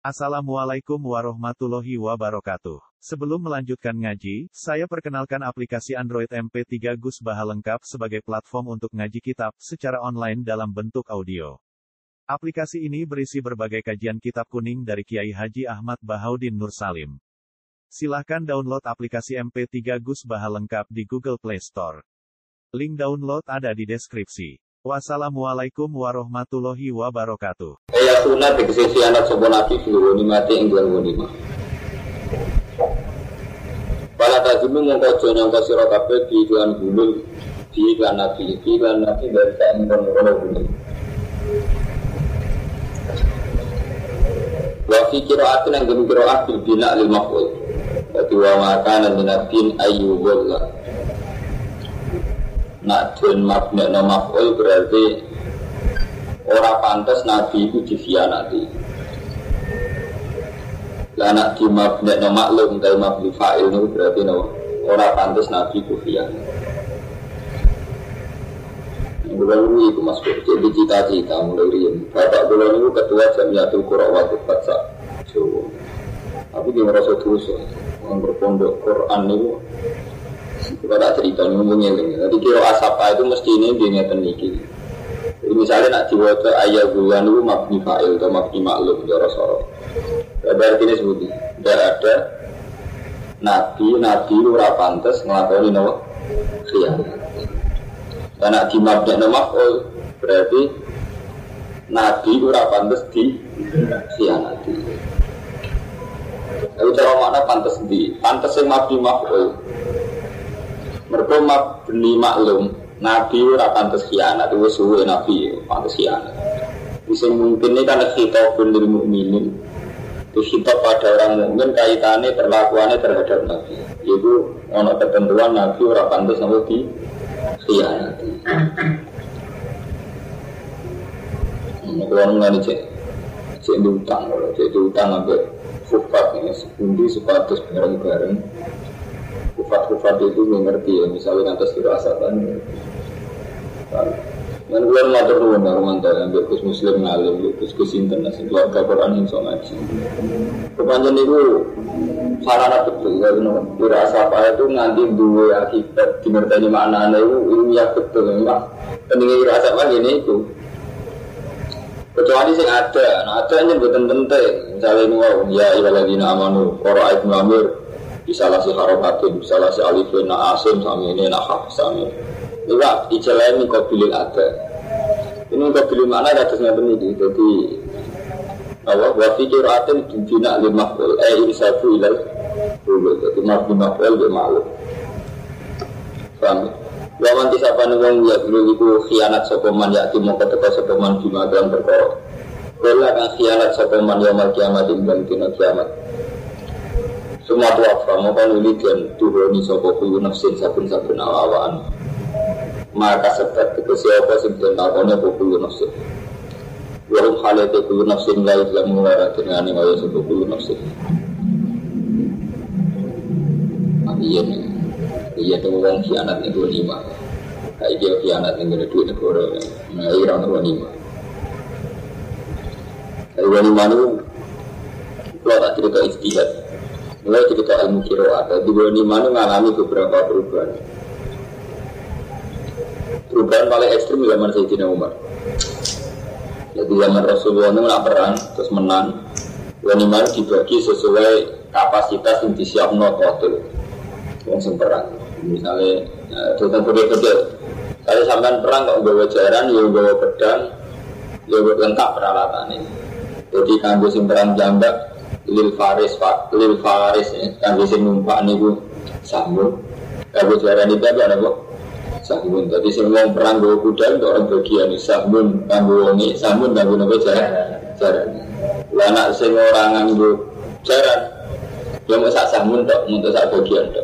Assalamualaikum warahmatullahi wabarakatuh. Sebelum melanjutkan ngaji, saya perkenalkan aplikasi Android MP3 Gus Baha lengkap sebagai platform untuk ngaji kitab secara online dalam bentuk audio. Aplikasi ini berisi berbagai kajian kitab kuning dari Kiai Haji Ahmad Bahaudin Nur Salim. Silahkan download aplikasi MP3 Gus Baha lengkap di Google Play Store. Link download ada di deskripsi. Wassalamualaikum warahmatullahi wabarakatuh. Sunat di sisi anak sebuah nabi dulu mati ing 2005. Pada tadi mengkojo nyangka sira kabeh di iklan gulul di iklan nabi dari tak ngono gulul. Wa fi qira'atin yang demi qira'at bil bina lil maf'ul. Dadi wa makanan minatin ayyubullah. Nak den mabna maf'ul berarti ora pantas nabi itu dikhianati. Lah nek di mabna maklum dari mabni fa'il itu berarti ora pantas nabi itu khianat. Bulan itu Mas jadi cita-cita mulai riyen. Bapak bulan itu ketua Jamiatul Qur'an wa Fatsa. Jawa. Tapi dia merasa dosa. Orang berpondok Quran itu kita tak cerita ngomongnya lagi. Jadi kira asapa itu mesti ini dia ngeten iki. Jadi misalnya nak diwaca ayat bulan itu mabni fa'il atau mabni maklum cara sorot. Berarti ini sebuti tidak ada nabi itu ora pantes nglakoni napa khianat. Dan nak di mabni maf'ul berarti nabi ora pantes di khianati. Tapi cara makna pantes di pantes sing mabni maf'ul. Mergo mabni maklum nabi ora pantes khianat, wis suwe nabi pantes khianat. Wis mungkin ini kan khitabun lil mukminin. Itu khitab pada orang mukmin kaitannya perlakuannya terhadap nabi. Yaitu ana ketentuan nabi ora pantes sampai di khianat. Kalau mengenai cek utang, kalau cek utang sampai kufat ini sepundi sepatus bareng-bareng. Kufat itu mengerti ya, misalnya atas kirasakan. Dan gue ngatur nuwun Romanto yang berkus muslim ngalim, berkus internasional keluarga Quran yang so ngaji. Kepanjang itu sarana betul, kalau dirasa apa itu nganti dua akibat dimengerti makna itu ilmiah betul memang. Pentingnya dirasa apa gini itu. Kecuali sing ada aja buatan penting. Misalnya ini wow, ya ibaladina amanu, Qur'an ibn Amir, bisalah si harokatin, bisalah si alifin, asim, sami ini, haf, sami. Juga ijalah ini kau pilih ada. Ini kau pilih mana ada terusnya ini. Jadi Allah wafikir aten bina lima pol. Isafu ilal dulu. Jadi lima pol bermalu. Paham? Wawan tisapa nunggu ya dulu itu khianat sopeman ya timur keteka sopeman di magang berkorok. Kalau akan khianat sopeman ya mal kiamat dan tina kiamat. Semua tuafa maupun ulidan tuhoni sopoku nafsin sabun awaan. Maka sebab siapa sebab takonnya pukul nafsu. Wahum halate pukul nafsu lain dalam mengarah dengan yang ayat sebab pukul nafsu. Iya tu orang khianat itu 5. Hai dia khianat yang kedua negara. Iran 25. Dari 25 itu kalau tak cerita istihad. Mulai cerita ilmu qiraat. Di 25 itu mengalami beberapa perubahan. Perubahan paling ekstrim zaman Sayyidina Umar. Jadi zaman Rasulullah itu nak perang terus menang. Ghanimah dibagi sesuai kapasitas yang disiapkan waktu yang perang. Misalnya tentang kode-kode. Kalau sampai perang kok bawa jaran, ya bawa pedang, ya lengkap peralatan ini. Jadi kanggo sing perang jambak lil faris ya. Kanggo sing numpak niku sambung. Kanggo jaran itu ada apa? Sambun, tadi semua perang bawa kuda untuk orang bagian sambun, kanggo wongi, sambun kanggo nopo jaran. Anak semua orang nganggo jaran, dia mau sak sambun dok, untuk sak bagian dok.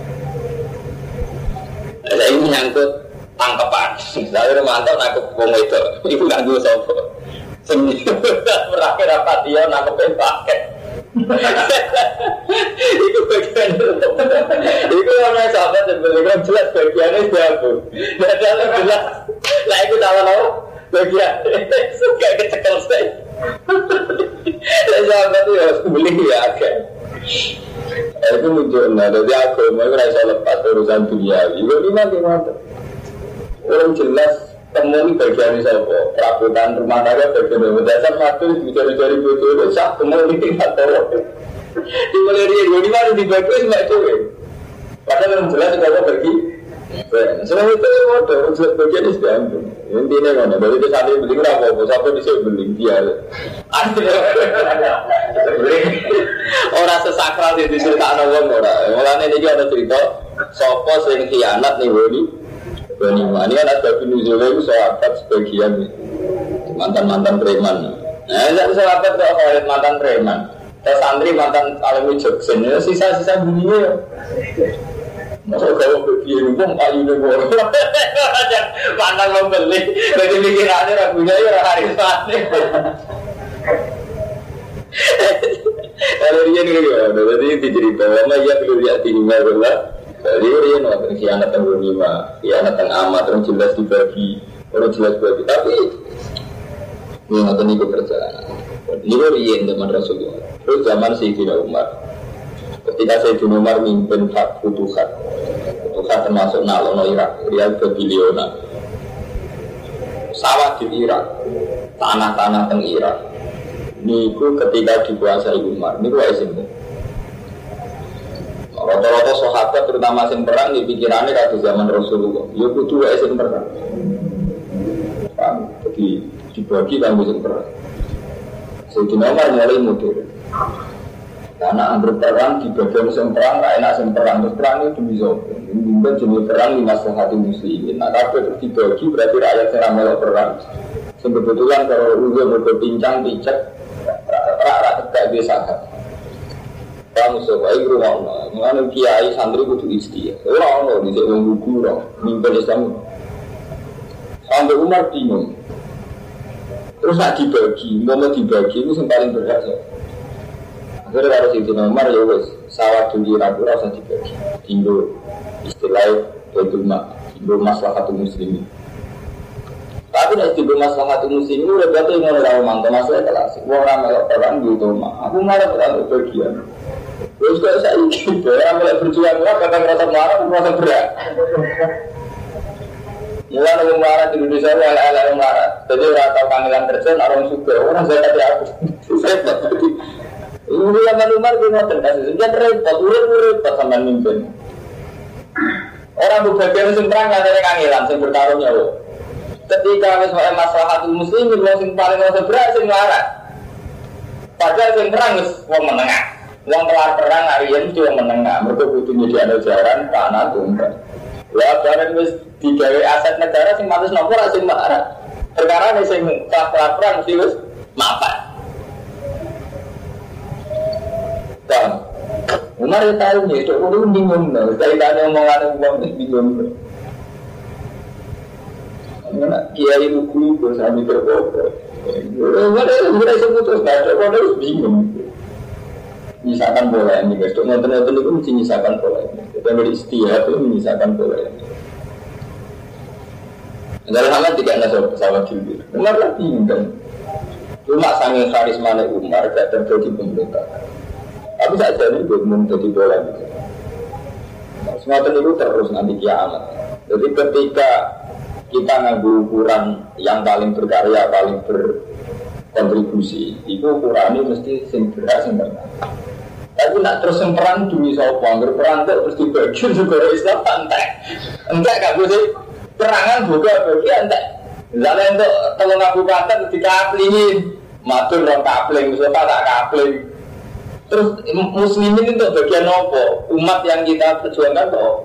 Saya ini nyangkut tangkapan, saya mantap nangkep wong itu, ibu nganggo sopo. Berakhir apa dia nangkep pakai. Itu bagian itu namanya sahabat sebenarnya jelas bagiannya siapa. Tidak jelas. Lah itu tahu bagian suka kecekel saya. Sahabat itu harus beli ya agak. Itu muncul, nah jadi agama itu rasa lepas urusan dunia. Ibu gimana? Orang jelas temu ini bagian siapa? Perabotan rumah tangga bagian dasar matu dicari-cari bodoh. Sah temu ini nggak tahu. Di Malaysia di mana dibagi sama cewek. Padahal yang jelas kalau pergi. Selama itu orang jelas bagian itu sudah ambil. Intinya mana? Dari itu saat ini beli berapa? Sampai bisa beli dia. Orang sesakral di cerita orang orang. Mulanya ini ada cerita. Sopo sering khianat nih Boni. Boni ini kan ada penuzulnya itu sahabat sebagian mantan preman. Nah, itu sahabat kalau mantan preman. Santri mantan alami Joksen. Sisa-sisa bunyinya. Masa kalau begini pun ayu negara. Mantan membeli. Jadi pikirannya ragunya ya hari saatnya. Kalau dia ni dia, jadi dicerita lama ia perlu lihat ini masalah. Jadi dia nak khianat yang berlima, khianat yang amat orang jelas dibagi, orang jelas bagi. Tapi ni nak ni perjalanan. Ini dia zaman Rasulullah. Terus zaman Sayyidina Umar. Ketika Sayyidina Umar mimpin Futuhat termasuk Nalono Irak, dia ke Biliona. Sawah di Irak, tanah-tanah teng Irak. Niku ketika dikuasai Umar, niku esim. Rata-rata sahabat terutama sing perang di pikirannya kata zaman Rasulullah. Ya kudu esim perang. Jadi dibagi kanggo sing perang. Sayyidina Umar mulai mundur. Karena anggur perang di bagian sing perang, enak sing perang terus perang itu demi zombie. Mungkin jenis perang di maslahatul muslimin. Nah, kalau terus dibagi berarti rakyat yang melok perang. Kebetulan kalau udah berbincang picek, rakyat tidak bisa. Kamu sebagai rumah Allah, mengenai kiai santri kudu istiak. Orang Allah di sini mengukur orang, mimpin Islam. Sampai Umar bingung. Terus nak dibagi, mau dibagi itu yang paling berhasil. Akhirnya kalau Sayyidina Umar ya wes sawah dulu ragu-ragu usah dibagi. Tinggal istilah Baitul Mal, tinggal maslahatul muslimin. Tapi nek tinggal maslahatul muslimin udah berarti ngono ra mantap masalah kelas. Wong ora melok perang gitu mah. Aku malah ora bagian. Terus kok saiki ora melok berjuang ora kata ngerasa marah merasa berat. Mulai orang marah di Indonesia orang marah. Jadi orang tahu panggilan kerja orang suka orang zakat ya aku. Ini zaman Umar gimana terkasih? Sejak repot sama mimpin. Orang berbagai musim perang katanya kangilan, yang bertarungnya loh. Ketika misalnya maslahatul muslimin, yang paling berat, yang marah. Padahal yang perang wong menengah. Wong kelar perang hari ini cuma menengah. Mereka butuhnya di ada jalan tanah tumpah. Ya barang wis digawe aset negara sing matus nopo ra sing marah. Perkara nek sing kelar perang mesti wis mapan. Dan Umar itu tahu nih, itu orang bingung lah. Kaitannya omongan uang itu bingung. Karena kiai lugu sambil berbohong. Umar itu sudah sebut terus, orang itu bingung. Menyisakan bola ini, guys. Untuk nonton itu mesti menyisakan bola ini. Kita beristighfar itu menyisakan bola ini. Dalam hal tidak ada pesawat juga. Umar lah bingung kan. Cuma sangat karisma Umar gak terjadi pemberontakan. Tapi saat ini belum jadi bola. Semua itu terus nanti kiamat. Jadi ketika kita ngambil ukuran yang paling berkarya, paling berkontribusi, itu ukurannya mesti segera sempurna. Tapi nak terus semperan demi sopong, berperang terus dibagi juga Islam entek gak boleh perangan juga bagi entek. Misalnya untuk tolong kabupaten dikaplingin, matur orang kapling, misalnya tak kapling. Terus muslimin itu bagian apa? Umat yang kita perjuangkan toh.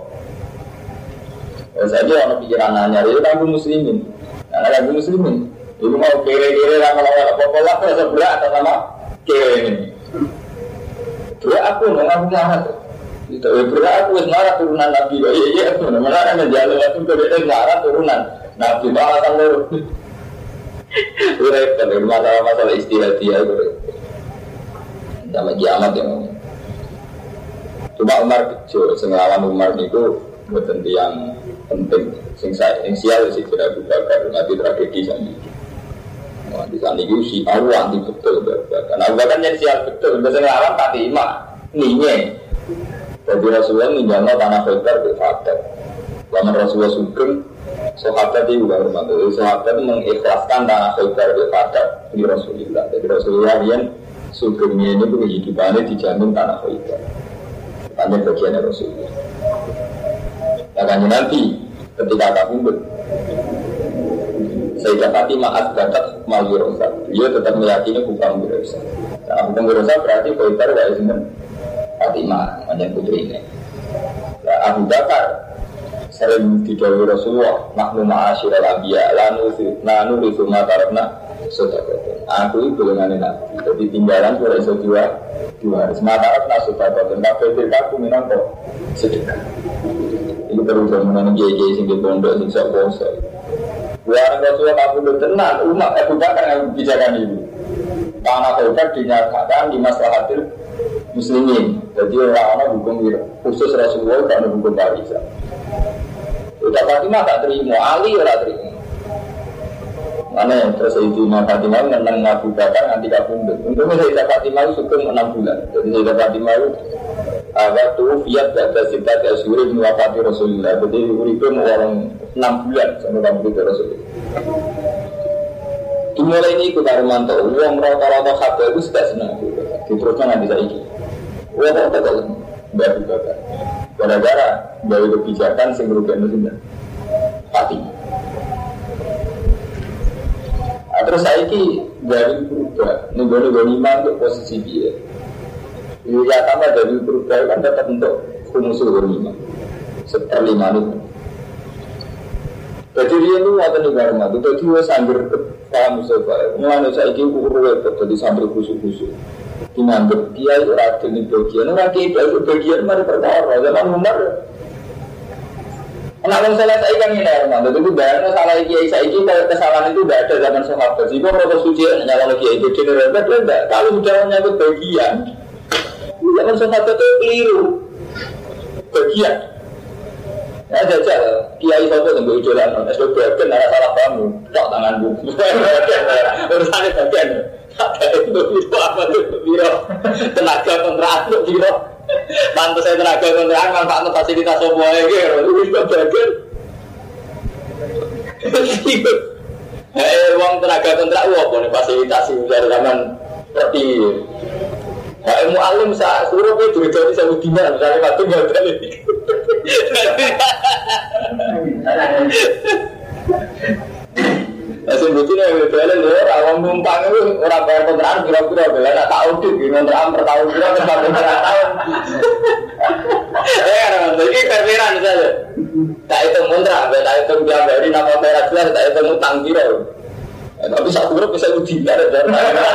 Saya orang pikiran nyari itu kamu muslimin. Karena kamu muslimin. Itu mau kere-kere lama-lama apa-apa rasa berat atau sama kere ini. Berat aku nggak marah. Itu berat aku marah turunan Nabi. Iya mana ada jalan waktu kemudian marah turunan Nabi malah kalau. Berat kan masalah istihadiyah itu. Sama kiamat yang cuma Umar kecil, senglawan Umar itu bukan yang penting, sing sial sih tidak buka karena tragedi sama. Di sana itu si awal anti betul karena bahkan yang sial betul biasanya awal tadi imam ninye. Jadi Rasulullah menjaga tanah Khaybar di Fatah. Lama Rasulullah sugeng, sahabat itu juga hormat. Jadi sahabat itu mengikhlaskan tanah Khaybar di Fatah di Rasulullah. Jadi Rasulullah yang sugengnya ini kehidupannya dijamin tanah Khaybar. Tanda bagiannya Rasulullah. Nah kan nanti ketika kabundut Sayyidah Fatimah asbatat mal wirasa. Dia tetap meyakini bukan wirasa. Karena bukan wirasa berarti Khaybar wa ismen Fatimah macam putri ini. Nah, Abu Bakar sering didhawuhi Rasulullah, "Nahnu ma'asyiral anbiya la nurithu ma tarakna sadaqatan." Aku itu golongan Nabi. Jadi tinggalan ora iso dua sementara sadaqatan. Kabeh aku minangka sedekah. Ini perlu zaman kiai-kiai sing di pondok sing sak poso. Buat Rasulullah kabul tenang, umat Abu Bakar yang bijakan ini. Tanah Khaybar dinyatakan di maslahatil muslimin. Jadi orang-orang hukum khusus Rasulullah karena hukum Parisa. Udah Fatimah tak terima, Ali tak terima. Mana yang terus itu Fatimah menang Abu Bakar nanti kabundut. Untungnya Sayyidah Fatimah itu sukung 6 bulan. Jadi Sayyidah Fatimah itu agak tuh fiat dan sitat asyuri mewafati Rasulullah. Jadi itu orang 6 bulan sampai kabundut Rasulullah. Dimulai ini ikut Armanto, uang rata-rata khabar itu sudah senang. Diteruskan nanti saya ini. Uang rata-rata Abu Bakar. Gara-gara dari kebijakan sing merugikan Rasulullah. Fatimah. Terus saya ini dari berubah, nego-nego iman untuk posisi dia. Ya tambah dari berubah kan tetap untuk kumusul iman. Seperlima itu. Jadi dia itu ada negara mati. Jadi dia sambil paham sebab. Mulanya saya ini urut jadi sambil khusus-khusus. Dimanggil dia itu radil di bagian. Orang kita itu bagian mari perkara. Zaman Umar. Anak salah saya kan ini herman, tapi bayarnya salah kiai saya ini kesalahan itu tidak ada zaman sahabat. Jika proses suci nyala kiai itu general, tidak. Kalau sudah menyangkut bagian, zaman sahabat itu keliru bagian. Ya jajal kiai sahabat yang berujulan, esok bagian ada salah kamu, tak tanganku. Urusannya bagian, ada itu apa tuh biro tenaga kontrak untuk biro. Mantu saya tenaga kontrak manfaat fasilitas semuanya gitu, itu bagian. Uang tenaga kontrak uang fasilitasi dari zaman seperti. Mu'alim saya suruh itu jadi saya udiman, misalnya batu nggak balik. Sebetulnya yang berbeda orang numpang itu orang bayar kontrakan kira-kira bela tak tahu tuh kontrakan per tahun kira-kira sampai berapa tahun. Ini kerjaan saja. Tak itu kontrak, tak itu biar dari nama merah jelas, tak itu utang kira. Tapi satu grup bisa ujian ada.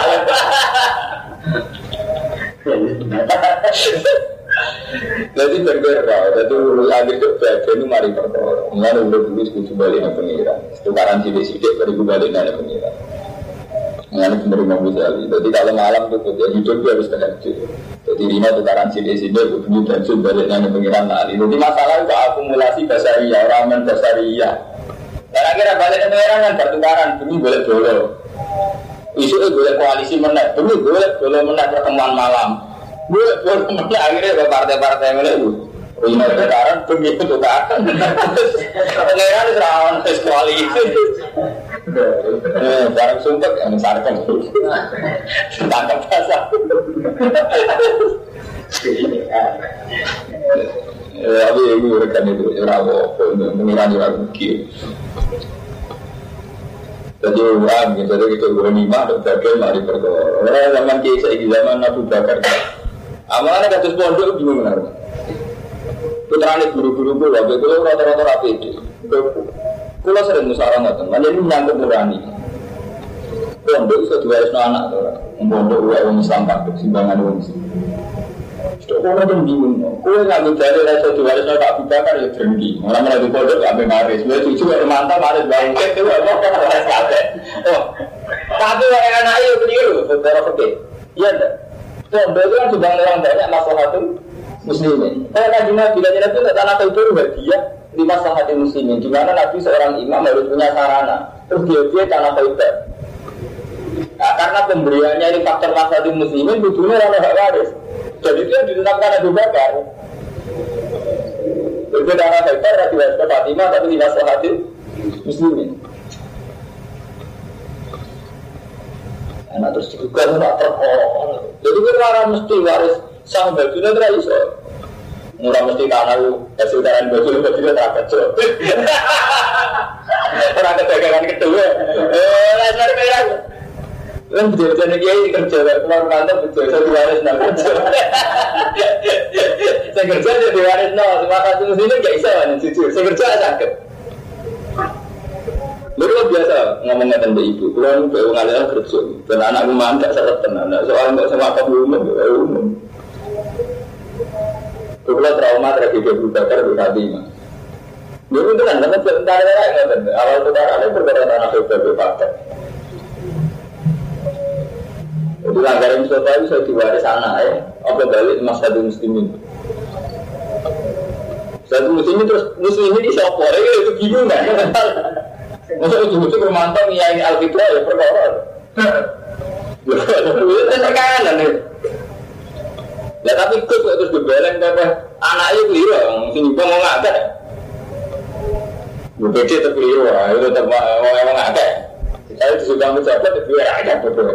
Jadi bergerak, jadi lagi itu bagian itu mari perkara. Mengenai udah dulu setuju balik dengan pengiran, tukaran sidik-sidik beribu balik dengan pengiran. Mengenai penerima Ghazali. Jadi kalau malam itu ya hidup dia harus terhajud. Jadi lima tukaran sidik-sidik beribu terhajud balik dengan pengiran lali. Jadi masalah itu akumulasi basariyah, ramen basariyah. Dan akhirnya balik dengan pengiran kan bertukaran, demi boleh dolo. Isu itu boleh koalisi menang, demi boleh dolo menang pertemuan malam. Boleh menang akhirnya ke partai-partai yang itu. Rumah tukaran, begitu tukaran. Pengiran serawan koalisi. Barang sumpah yang sarkan. Tangkap basah. Tapi ini rekan itu rawo pengiran juga rugi. Jadi orang jadi kita berimah dan bagian mari perkara. Orang zaman kisah di zaman Abu Bakar. Amalannya kasus pondok bingung benar. Putrane guru-guru kula, kula rata-rata rapi itu. Kula sering musyawarah ngoten, lan ini nyangkut nurani. Pondok iso diwarisno anak to ora. Pondok wae wong Islam kabeh simbangan wong Islam. Sudah kula bingung. Kula ngambil dari iso diwarisno Abu Bakar ya drengki. Ora malah di pondok kabeh maris. Wis cucu karo mantap maris bangkit itu apa kabeh. Oh. Tapi wae anak ayo keliru, saudara fikih. Iya ndak? Pondok itu kan sudah orang banyak maslahatun muslimin. Kalau Nabi Nabi itu tanah itu hadiah di maslahatun muslimin. Di mana Nabi seorang imam harus punya sarana. Terus dia tanah itu. karena pemberiannya ini faktor maslahatul muslimin, butuhnya orang hak waris. Jadi itu yang ditetapkan Abu Bakar. Berbeda Abu Bakar, diwariskan Fatimah, tapi di maslahatul muslimin. Nah terus juga nggak terkohong. Jadi kita mesti waris sang bajunya tidak iso. Murah mesti karena hasil dari bajunya tidak terkejut. Orang kedagangan kedua. Rasanya kayak kan betul-betul kiai kerja, keluar kantor betul saya waris nol kerja. Saya kerja jadi waris nol. Semua kasus muslimin nggak iso, jujur. Saya kerja sakit. Lalu kan biasa ngomongnya tentang ibu, kalau aku ngalihan kerja, dan anakku mandak syarat tenan, soalnya nggak sama kamu umum. Kalau trauma tragedi Abu Bakar berarti mah. Dulu itu kan, karena sebentar awal saudara ada berbeda anak Abu Bakar. Jadi langgaran Mustafa itu saya diwaris anak apa balik masyarakat muslimin. Satu muslimin terus muslimin di sopor, itu bingung kan? Masa ujung-ujung bermantau ini Al-Fitrah ya perkara. Itu tekanan nih. Ya tapi ikut terus dibeleng apa anaknya keliru, mungkin juga mau ngagak. Berbeda terkeliru, itu mau ngagak. Saya disuruh menjabat itu ya agak betul.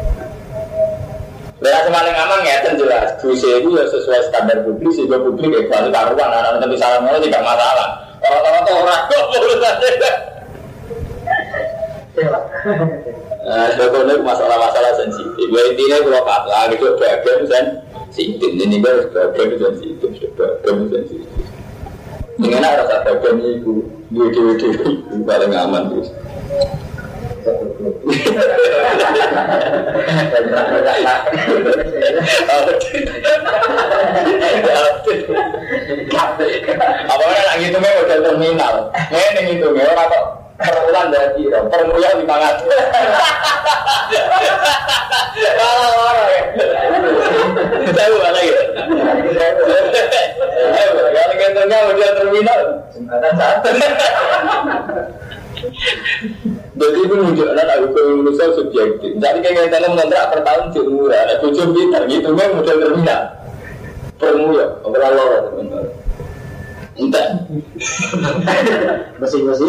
Mereka semaling aman ngeten jelas. Dosa itu ya sesuai standar publik, sehingga publik ikhlas karuan anak-anak tapi salah mau tidak masalah. Orang-orang tuh orang kok urusannya. Sebetulnya masalah-masalah sensitif. Ya intinya kalau kata itu bagian sensitif. Ini kan bagian sensitif, bagian sensitif. Dengan rasa bagian ibu, ibu paling aman terus. Apalagi lagi itu model terminal. Ini ngitungnya orang kok permulaan dari permulaan 500. Kalau orang ya tahu apa gitu. Kalau ngitungnya model terminal jembatan satu. Jadi itu menunjukkan aku Indonesia subjektif. Jadi kayak kita mengontrak per tahun cukup murah. Ada tujuh bintang, itu kan model terminal. Permulaan, overall lor teman-teman. Entah. Masing-masing.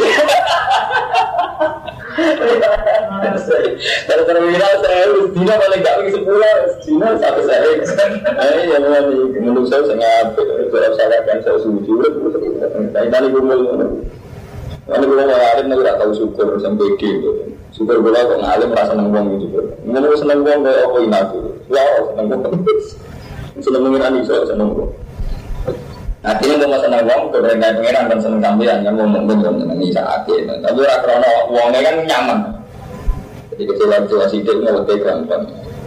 Kalau terminal saya Dina paling gak pergi 10, Dina satu saya. Ini yang menurut saya sangat saya kan saya setuju. Tadi gumul. Kalau gue ngalim, gue tak tahu syukur sampai gitu. Syukur gue kok ngalim merasa seneng bang gitu. Menurut seneng bang kayak apa ini aku? Wow, seneng bang. Seneng mengira nih so seneng bang. Akhirnya gue mau seneng bang, gue pengen dan seneng sambilan kan ngomong dengan saat ini. Tapi orang uangnya kan nyaman. Jadi kecewa sidik mau gampang.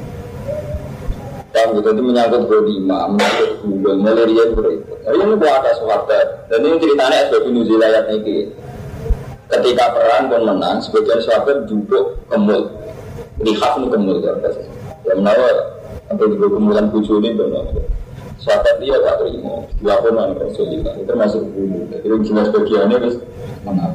Kan gitu itu menyangkut berimam, menyangkut Google, malaria berikut. Ini buat ada sahabat. Dan ini ceritanya sebagai nuzul ayat ini. Ketika perang pun menang, sebagian sahabat duduk kemul, lihaf ini kemul terus. Yang menawa sampai di kemulan bucu ini benar. Sahabat dia tak terima, dia pun menang Rasulullah. Itu termasuk dulu. Jadi jelas bagiannya terus menang.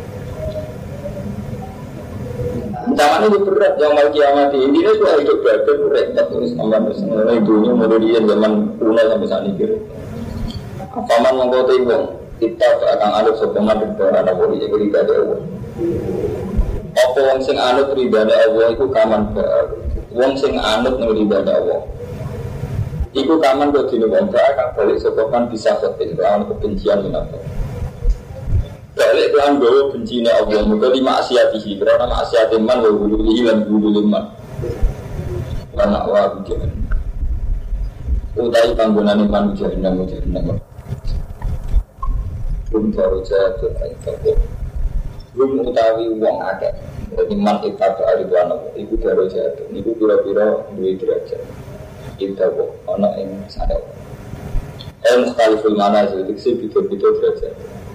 Ancaman itu berat yang mau kiamat ini sudah hidup berada berat tulis tambah personal ibunya modern zaman kuno sampai saat ini. Paman mengkota ibu kita akan aduk sokongan berdoa ada boleh jadi ada Allah. Apa wong sing anut ridane Allah iku kaman baru. Wong sing anut ridane Allah. Iku kaman kok dene wong akan balik sokongan bisa seperti orang kebencian menapa. Balik kelan gawa bencine Allah muga di maksiatihi karena maksiat iman wa huluhi lan hulu iman. Lan wa jangan. Utai panggonan iman jahannam. Baru jatuh ayat belum utawi uang akeh. Jadi man ibadah dari Tuhan itu baru jatuh. Itu kira-kira 2 derajat. Kita kok anak yang sadar. Mukhtaliful manazil itu beda-beda derajat.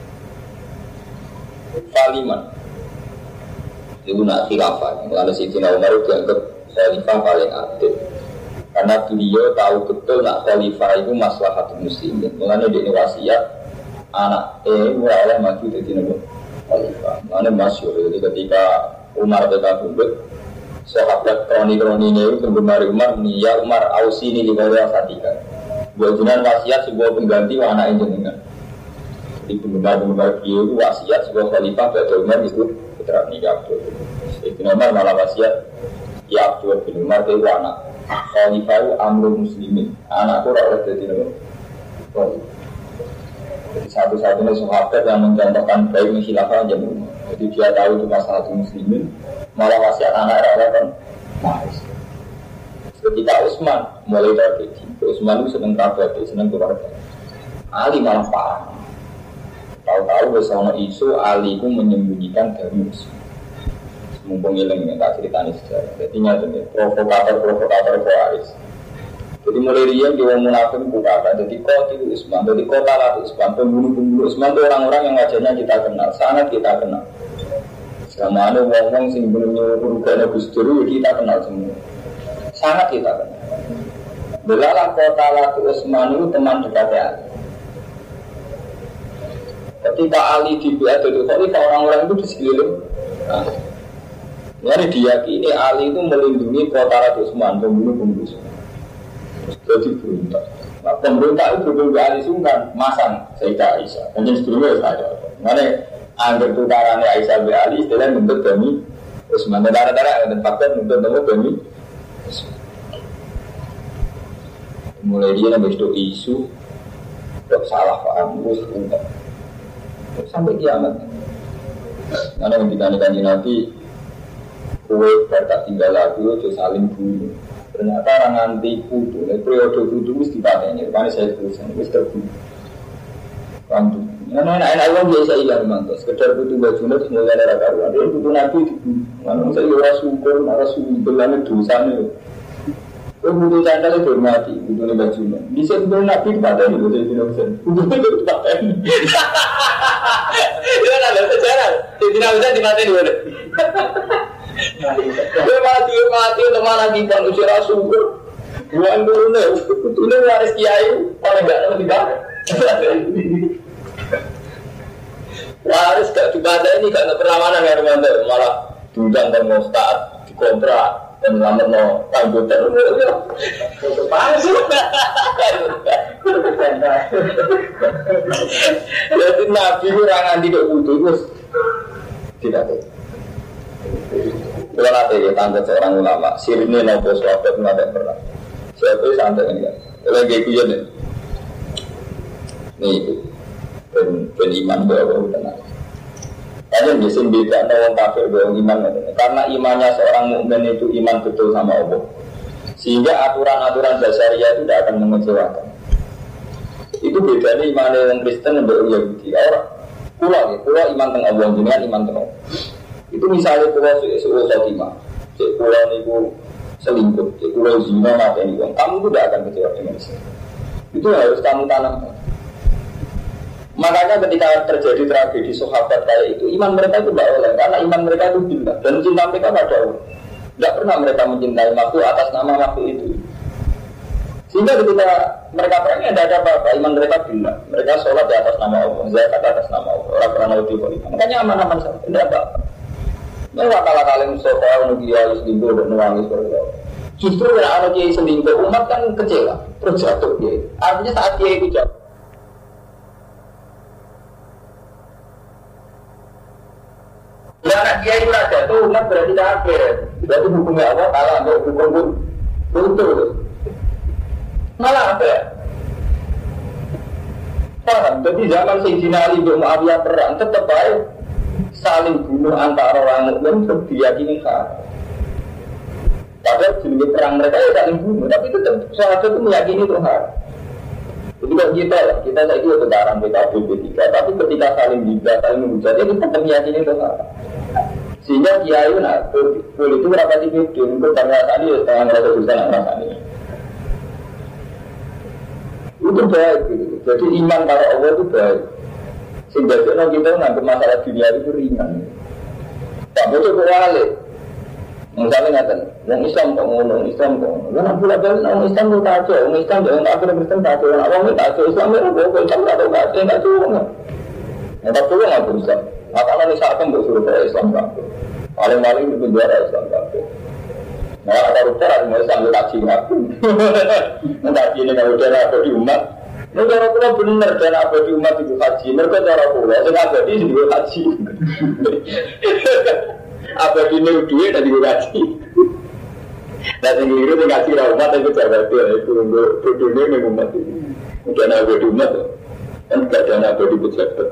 Faliman itu nak khilafah. Kalau Sayyidina Umar dianggap khalifah paling adil. Karena beliau tahu betul nak khalifah itu maslahat muslimin. Mengenai di wasiat anak mulai oleh maju jadi nabi khalifah. Mana masyhur jadi ketika Umar berkabut sahabat kroni-kroni ini penggemar Umar ini ya Umar Ausi ini di bawah Satika. Buat jenengan wasiat sebuah pengganti anak jenengan. Di penggemar beliau itu wasiat sebuah khalifah pada Umar itu putra nikah Abdul. Sayyidina Umar malah wasiat ya Abdul bin Umar itu anak khalifah itu amrul muslimin. Anakku ora dadi nopo. Jadi satu-satunya sahabat yang mencontohkan baik khilafah aja. Jadi dia tahu itu masalah muslimin, malah wasiat anak rakyat kan. Ketika Utsman mulai dari Utsman itu senang kerabat, senang keluarga. Ali malah parah. Tahu-tahu bersama isu Ali itu menyembunyikan dari musuh. Mumpung ngiling tak ceritanya sejarah. Jadi nyata provokator Khawarij. Jadi mulai dia orang munafik buka apa? Jadi kota itu Utsman, jadi kota Latu Utsman, pembunuh Utsman itu orang-orang yang wajahnya kita kenal, sangat kita kenal. Selama ada ngomong sing benar-benar berugana Gus Dur kita kenal semua, sangat kita kenal. Belalah kota Latu Utsman itu teman dekatnya Ali. Ketika Ali dibuat itu, kok orang-orang itu di sekeliling. Jadi diyakini Ali itu melindungi kota Latu Utsman, pembunuh Utsman. Jadi berontak. Nah, pemberontak itu berbeda Ali Sungkan, masang Sayyidah Aisyah. Mungkin sebelumnya saya. Mana angker tukarannya Aisyah bin Ali, istilah nuntut demi Utsman. Darah-darah dan fakta nuntut demi mulai dia nambah isu, tak salah paham, terus untak sampai kiamat. Mana yang ditanya Nabi, kue bertak tinggal lagi, itu saling bunuh. Ternyata orang anti kudu, periode kudu mesti dipateni. Karena saya tulisan, mesti terbunuh. Bantu. Enak-enak orang biasa ilah mantu. Sekedar kudu bajunya terus mulai ada karuan. Dia kudu Nabi dibunuh. Mana saya orang syukur, orang syukur dosanya. Kudu canda itu hormati, kudu bajunya. Bisa kudu Nabi dipateni, kudu dipateni. Kudu dipateni. Itu kan ada sejarah. Tidak bisa dipateni boleh. Dia mati teman kita usia syukur bukan dulu nih waris kiai paling enggak lebih waris gak dibaca ini gak ada perlawanan ya Romanto malah diundang dan mau start dikontrak dan ngambil mau tanggutan jadi Nabi orang anti kok butuh terus tidak tahu. Kalau nanti dia tanda seorang ulama, sirine nopo sahabat nggak pernah. Siapa yang santai kan? Lagi kuyon ni. Ni itu, iman bawa tenang. Ada biasa beda orang kafir bawa iman karena imannya seorang mukmin itu iman betul sama Allah. Sehingga aturan-aturan dasariah itu tidak akan mengecewakan. Itu bedanya iman orang Kristen dan orang Yahudi. Orang pulau iman tentang Allah, jangan iman tentang Allah. Itu misalnya pulau suhu khotimah, pulau itu selingkuh, pulau zina mata ini, kamu itu tidak akan kecewa dengan itu. Itu harus kamu tanamkan. Makanya ketika terjadi tragedi sahabat kayak itu, iman mereka itu tidak oleh, karena iman mereka itu bila dan cinta mereka pada Allah. Tidak pernah mereka mencintai makhluk atas nama makhluk itu. Sehingga ketika mereka perangnya tidak ada apa-apa, iman mereka bila. Mereka sholat di atas nama Allah, zakat atas nama Allah, orang pernah mau dipolitik. Makanya aman-aman saja, tidak apa-apa. Mereka kala-kala Mustafa, Nugia, selingkuh, dan nangis seperti itu. Justru kalau ada kiai selingkuh, umat kan kecewa, terus jatuh dia. Artinya saat kiai itu jatuh. Ya anak kiai itu jatuh, umat berarti kafir. Berarti hukumnya Allah kalah, untuk hukum pun tutup. Malah apa ya? Paham? Jadi zaman Sayyidina Ali bin Muawiyah perang, tetap baik. Saling bunuh antara orang mukmin untuk diyakini haram. Padahal jenis perang mereka ya saling bunuh, tapi tetap sahabat itu meyakini itu haram. Jadi kalau kita lagi tentara PKB B3, tapi ketika saling hujat, saling menghujat, ya kita tetap meyakini itu haram. Sehingga kiai boleh itu rapati video untuk karena tadi ya setengah merasa dosa nak rasanya. Itu baik gitu. Jadi iman para Allah itu baik. Sehingga kita nganggap masalah dunia itu ringan. Tak boleh beralih. Misalnya ngatain, orang Islam kok ngono, Islam kok ngono. Orang pula balik, orang Islam itu tak ada, orang Islam jangan tak ada, Kristen tak ada, orang awam itu tak ada, Islam itu boleh, Islam tak ada, tak ada, tak ada. Yang tak boleh nggak Islam. Maka misalkan bersuruh pada Islam tak ada. Paling-paling di penjara Islam tak ada. Nah, koruptor harus mau sambil kaji aku. Nanti ini kalau dana abadi umat, cara pula bener dana abadi umat itu kaji. Mereka cara pula, saya abadi itu kaji. Abadi ini duit dan juga kaji. Dan yang ini itu kaji umat itu jaga itu untuk dunia yang umat itu. Dana abadi umat kan tidak dana abadi pejabat.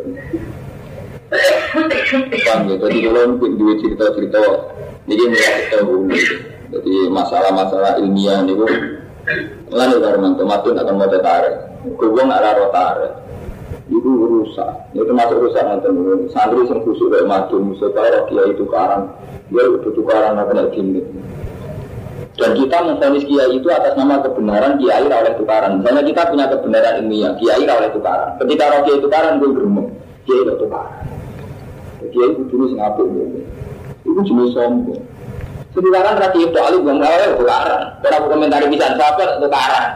Paham ya, jadi kalau mungkin dua cerita-cerita ini kita tahu. Jadi masalah-masalah ilmiah ini pun lalu karena tematun akan mau tarik, kubung arah tarik, itu rusak. Itu termasuk rusak nanti. Santri yang khusus kayak matun, misalnya kiai itu karang, dia itu tukaran apa nak gini. Dan kita memfonis kiai itu atas nama kebenaran kiai oleh tukaran. Misalnya kita punya kebenaran ilmiah, kiai oleh tukaran. Ketika roh kiai tukaran, gue berumur, kiai itu tukaran. Kiai itu dulu singapur itu jenis sombong. Sekarang rakyat itu alih belum tahu tukaran. Kalau komentari bisa sahabat tukaran.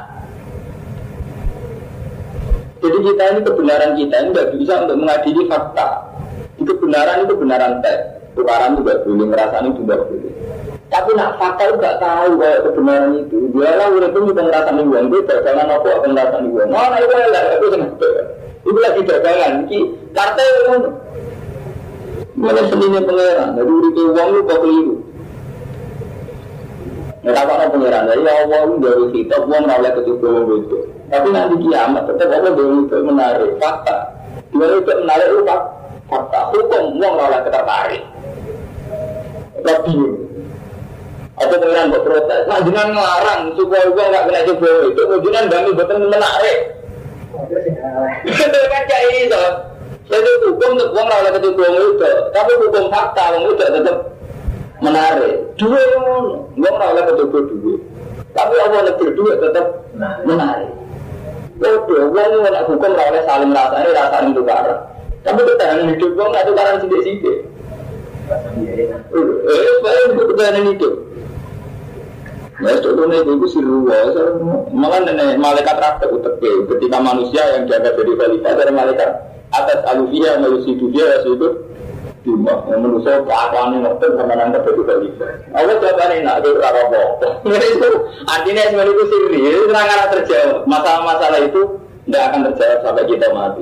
Jadi kita ini kebenaran kita ini tidak bisa untuk mengadili fakta. Itu kebenaran teks. Tukaran juga boleh, ngerasani juga boleh. Tapi nak fakta itu tidak tahu kalau kebenaran itu. Dia lah udah pun kita ngerasani uang itu dagangan apa akan ngerasani uang. Mana itu lah itu senang. Itu lagi dagangan. Kartel itu. Mana seninya pangeran. Jadi itu uang itu kok keliru. Kenapa orang pengiran dari Allah dari kitab uang oleh ketujuh itu. Tapi nanti kiamat tetap Allah dari itu menarik fakta. Dari itu menarik itu fakta. Hukum uang oleh ketertarik. Lebih. Atau pengiran berprotes. Nah jangan ngelarang supaya uang nggak kena coba itu. Jangan kami betul menarik. Itu kan kayak ini soal. Jadi hukum untuk uang oleh ketujuh itu. Tapi hukum fakta uang itu tetap menarik. Dua yang nggak oleh kedua dua. Tapi Allah lebih dua tetap menarik. Bodoh, uang nggak hukum oleh saling rasanya tukaran. Tapi ketahanan hidup uang nggak tukaran sidik-sidik. Baik untuk ketahanan hidup. Nah, contohnya itu siruwa. Malah nenek malaikat rakta uteknya. Ketika manusia yang dianggap jadi khalifah dari malaikat atas alufiyah malusidufiyah itu cuma manusia keakuan yang ngerti sama nanti berdua khalifah. Allah jawabannya nak itu apa? Itu artinya sebenarnya itu sirri. Itu terang-terang terjawab. Masalah-masalah itu tidak akan terjawab sampai kita mati.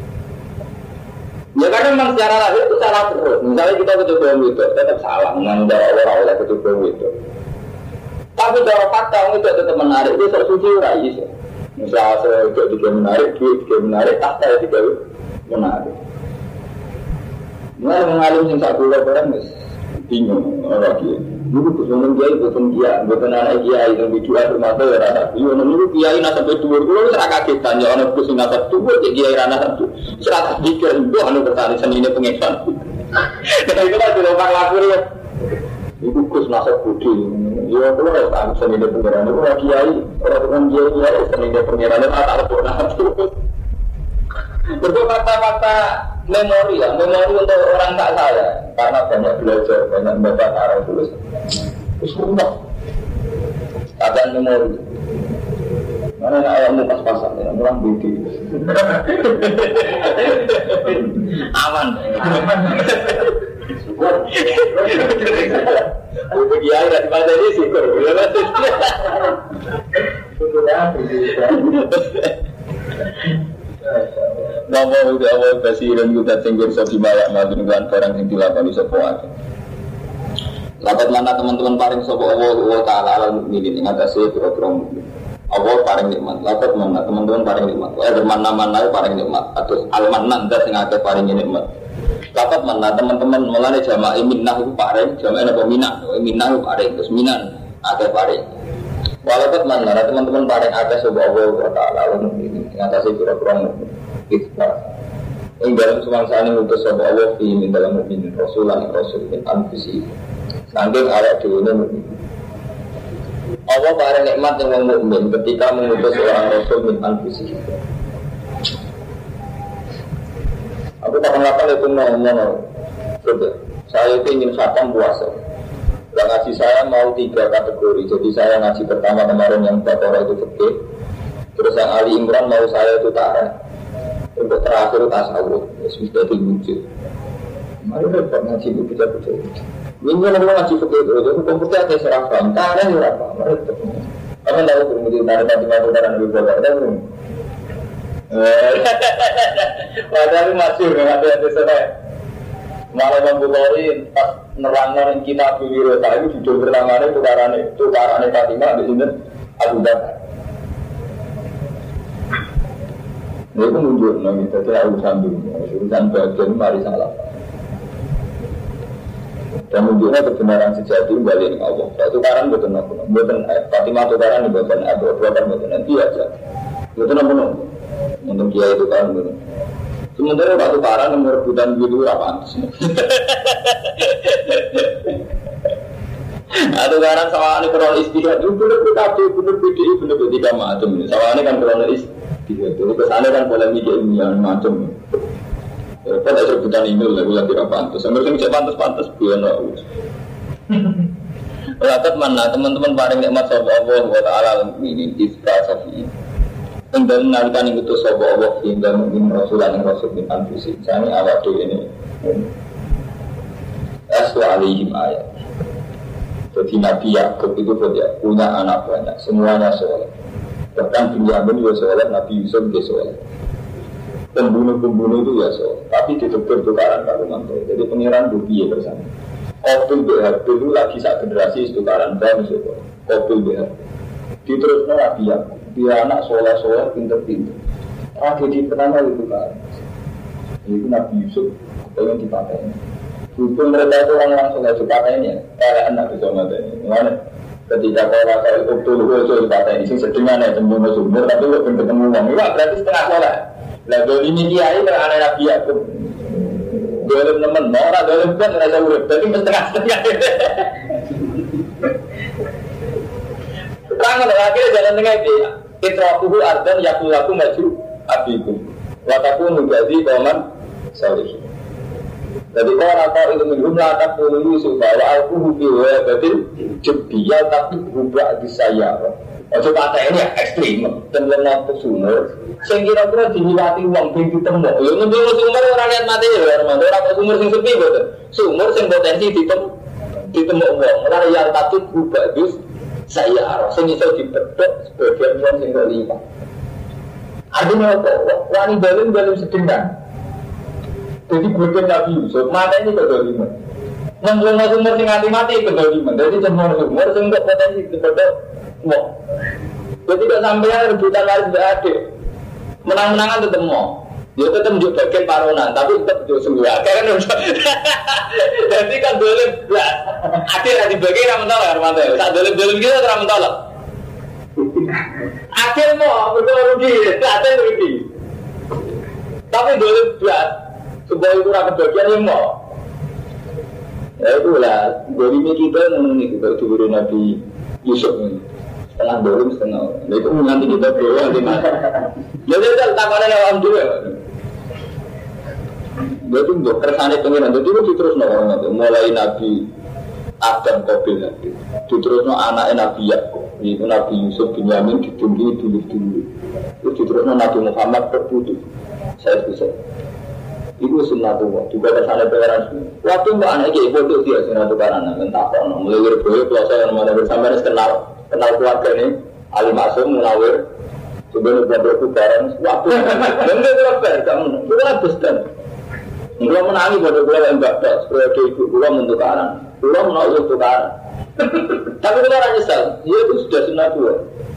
Ya karena memang secara lahir itu salah terus. Misalnya kita ketujuh itu tetap salah mengenai Allah oleh ketujuh itu. Tapi cara fakta itu tetap menarik. Itu suci raih. Misalnya saya juga menarik, duit juga menarik, tahta juga menarik. Mulai mengalim sing sak kula barang wis bingung ora kiye. Niku kusun kiai boten anak kiai sing bidua termasuk ora ana. Yo niku kiai nasab dhuwur kula wis ra kagetan ya ana kusun nasab dhuwur kiai ra nasab. Wis ra pikir mbok anu bertani senine pengesan. Nek kula dilompat lapor ya. Iku kus nasab budi. Yo kula wis tak senine pengeran niku ora kiai, ora tukang kiai senine pengeran tak arep. Berikut fakta-fakta memori ya, memori untuk orang tak saya karena banyak belajar, banyak membaca arah tulis. Terus rumah, ada memori. Mana ayammu pas-pasan ya, orang budi. Aman. Syukur. Untuk kiai dari pasar ini syukur. Bapak udah awal basiran kita tinggal sofi mayak dengan barang yang dilakukan di sebuah. Lapat mana teman-teman paling sopo Allah Taala alam mukminin yang atas itu program Allah paling nikmat. Lapat mana teman-teman paling nikmat. Mana paling nikmat. Atau almanan das yang ada paling nikmat. Lapat mana teman-teman mulai jamaah minnah itu paling jamaah apa minnah itu paling terus minan ada paling. Walaupun mana teman-teman paling ada sopo Allah Taala alam mukminin yang atas itu program. Yang dalam semangsa ini untuk sebab Allah fi dalam mukmin Rasulullah Rasul min anfusi. Saking ayat dulunya mukmin. Allah para nikmat yang mukmin ketika mengutus seorang Rasul min anfusi. Aku tak mengapa itu ngomong. Saya itu ingin khatam puasa. Yang ngaji saya mau 3 kategori. Jadi saya ngaji pertama kemarin yang Baqarah itu fikih. Terus yang Ali Imran mau saya itu tarikh. Untuk terakhir tasawuf, sudah diwujud. Mari repot ngaji kita betul. Minggu lalu ngaji fikih itu komputer ada serafan, karena serafan mereka. Kamu tahu kemudian dari Fatimah Tukaran di Bogor tahu? Padahal masih nggak ada selesai. Malah membukain pas nerang kita biru saya itu jujur pertamanya tukarannya Fatimah di sini Abu Bakar. Ini pun muncul nanti saya urusan dunia, urusan bagian mari salah. Dan munculnya kebenaran sejati balik dengan Allah. Tukaran betul apa? Betul Fatimah tukaran betul Abu Bakar betul nanti aja. Betul apa? Untuk dia itu kan betul. Sementara waktu tukaran nomor rebutan gitu apa? Tukaran sama ini krono istihad itu benar benar PDI benar tiga macam. Sama ini kan krono istihad. Jadi kesannya kan polemik ilmiah macam. Pada rebutan email lah, bukan tidak pantas. Sampai saya pantas biar nggak urus. Rakyat mana teman-teman paling nikmat sobat Allah wa taala ini istiqah safi. Tinggal menarikan itu sobat Allah hingga mungkin rasulan yang rasul bin anfusi. Saya awak tu ini. Asal alihim ayat. Jadi Nabi Yakub itu punya anak banyak, semuanya soleh. Bahkan Binyamin juga soleh, Nabi Yusuf juga soleh. Pembunuh-pembunuh itu ya tapi ditegur tukaran Pak Romanto. Jadi pengiran dupi ya bersama. Kobil BHB itu lagi saat generasi tukaran baru itu. Kobil BHB. Diterusnya Nabi yang dia anak soleh-soleh pinter-pinter. Tragedi pertama itu tukaran. Itu Nabi Yusuf pengen dipakai. Hukum mereka itu orang-orang soleh dipakainya. Kayak anak bisa matanya. Gimana? Ketika kau rasa itu betul-betul dipakai. Ini sedangnya cemburu sumber tapi belum ketemu uang. Itu berarti setengah soleh. Lah dulu ini kiai terane Nabi Yakub. Dulu nemen ora dulu kan ora urip. Dadi setengah-setengah. Tangan akhirnya jalan tengah dia. Itraquhu ardan yaqulaku maju abikum. Wa takunu jadi qaman salih. Jadi orang tahu itu minum latak dulu supaya aku hubiwa betul jebia tapi berubah di saya. Ojo kata ini ekstrim, tenggelam nafsu sumur. Saya kira-kira dihiwati uang pintu tembok. Yo nunggu sumur orang lihat mati ya, orang sumur sing sepi betul. Sumur sing potensi ditembok uang. Orang yang tapi berubah di saya arah. Sing iso dipedhok sebagian uang sing kelima. Artinya apa? Wani dalam sedendang. Jadi bukan Nabi Yusuf, mana ini kedoliman. Nunggu sumur sing mati kedoliman. Jadi sumur sing potensi dipedhok. Mau, jadi tidak sampai rebutan lari tidak ada. Menang-menangan tetap mau. Dia tetap menjadi bagian paronan, tapi tetap menjadi semua. Karena jadi kan boleh, akhir di bagian yang mentolak, Armando. Saat boleh kita terang mentolak. Akhir mau betul rugi, akhir rugi. Tapi boleh berat, sebuah itu rakyat bagian yang mau. Ya itulah, jadi ini kita mengenai kita diberi Nabi Yusuf ini. Setengah dorong setengah. Nah itu nanti kita berdoa di mana? Jadi itu takannya awam juga. Jadi untuk kersane pengiran. Jadi itu terus orang itu. Mulai Nabi Adam Qabil Nabi. Diterusno anaknya Nabi Yakub. Itu Nabi Yusuf Binyamin ditunggu dulu. Itu terusno Nabi Muhammad terputus. Saya bisa. Itu sunnatullah. Juga kersane pengiran semua. Waktu mbak anaknya bodoh dia sunnatullah. Entah apa. Mulai berbohong puasa yang mana bersama kenal keluarga ini, Ali Maksum, Munawir, sebenarnya berdoa bareng, waktu benda berapa? Kamu, kita habis dan, kita menangi pada bulan yang bapak, supaya ibu kita mentukaran, kita menolak tukaran. Tapi kita orang nyesal, dia itu sudah sunnah tua.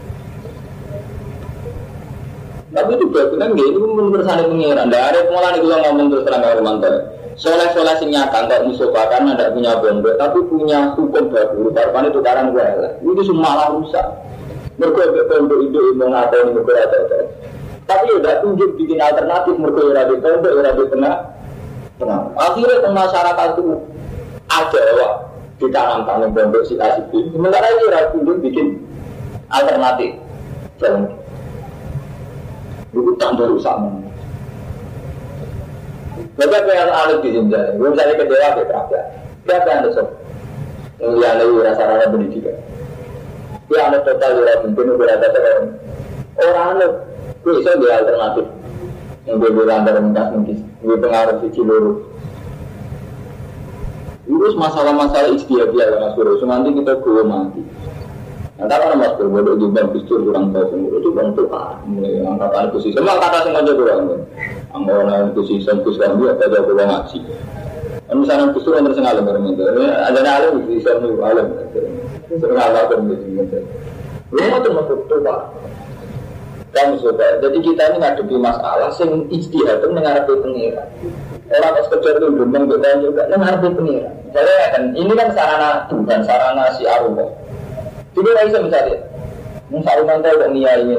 Tapi itu berarti ini pun bersanding pengiran. Dari pengolahan itu ngomong terus terang ke Romanto. Soleh-soleh sing nyakang kok musofa kan tidak punya pondok tapi punya hukum baku rupa itu karang gue lah itu semua rusak mereka pondok itu mengatakan mereka ada tapi udah tunjuk bikin alternatif mereka ada pondok ada tengah akhirnya masyarakat itu ada wak ditanam pondok si kasih sementara ini udah tunjuk bikin alternatif jalan itu tambah rusak. Mereka pengen alat di sini, misalnya kedua berapa? Berapa yang ada sob? Yang ada rasa-rasa pendidikan. Yang ada total mungkin berada dalam orang ada, bisa dia alternatif. Yang berbeda antara mungkin pengaruh si Ciluru. Urus masalah-masalah ijtihadiyah ya Mas Bro, nanti kita gue mati. Nah, kalau Mas Bro, bodoh juga bistur kurang tahu semua itu bang tuh mulai angkatan posisi. Semua kata semua aja kurang. Angkatan posisi sampai sekarang dia ada kurang ngaji. Misalnya bistur yang tersengalam bermain. Ada alim bisa nih alim. Tersengalam bermain. Rumah tuh masuk tuh Pak. Kamu coba. Jadi kita ini ngadepi masalah sing ijtihad itu mengharapi pengira. Orang sekedar itu benar benar juga mengharapi pengira. Jadi kan ini kan sarana Tuhan, sarana si arwah. Jadi nggak bisa misalnya, misalnya tahu kok niat ini.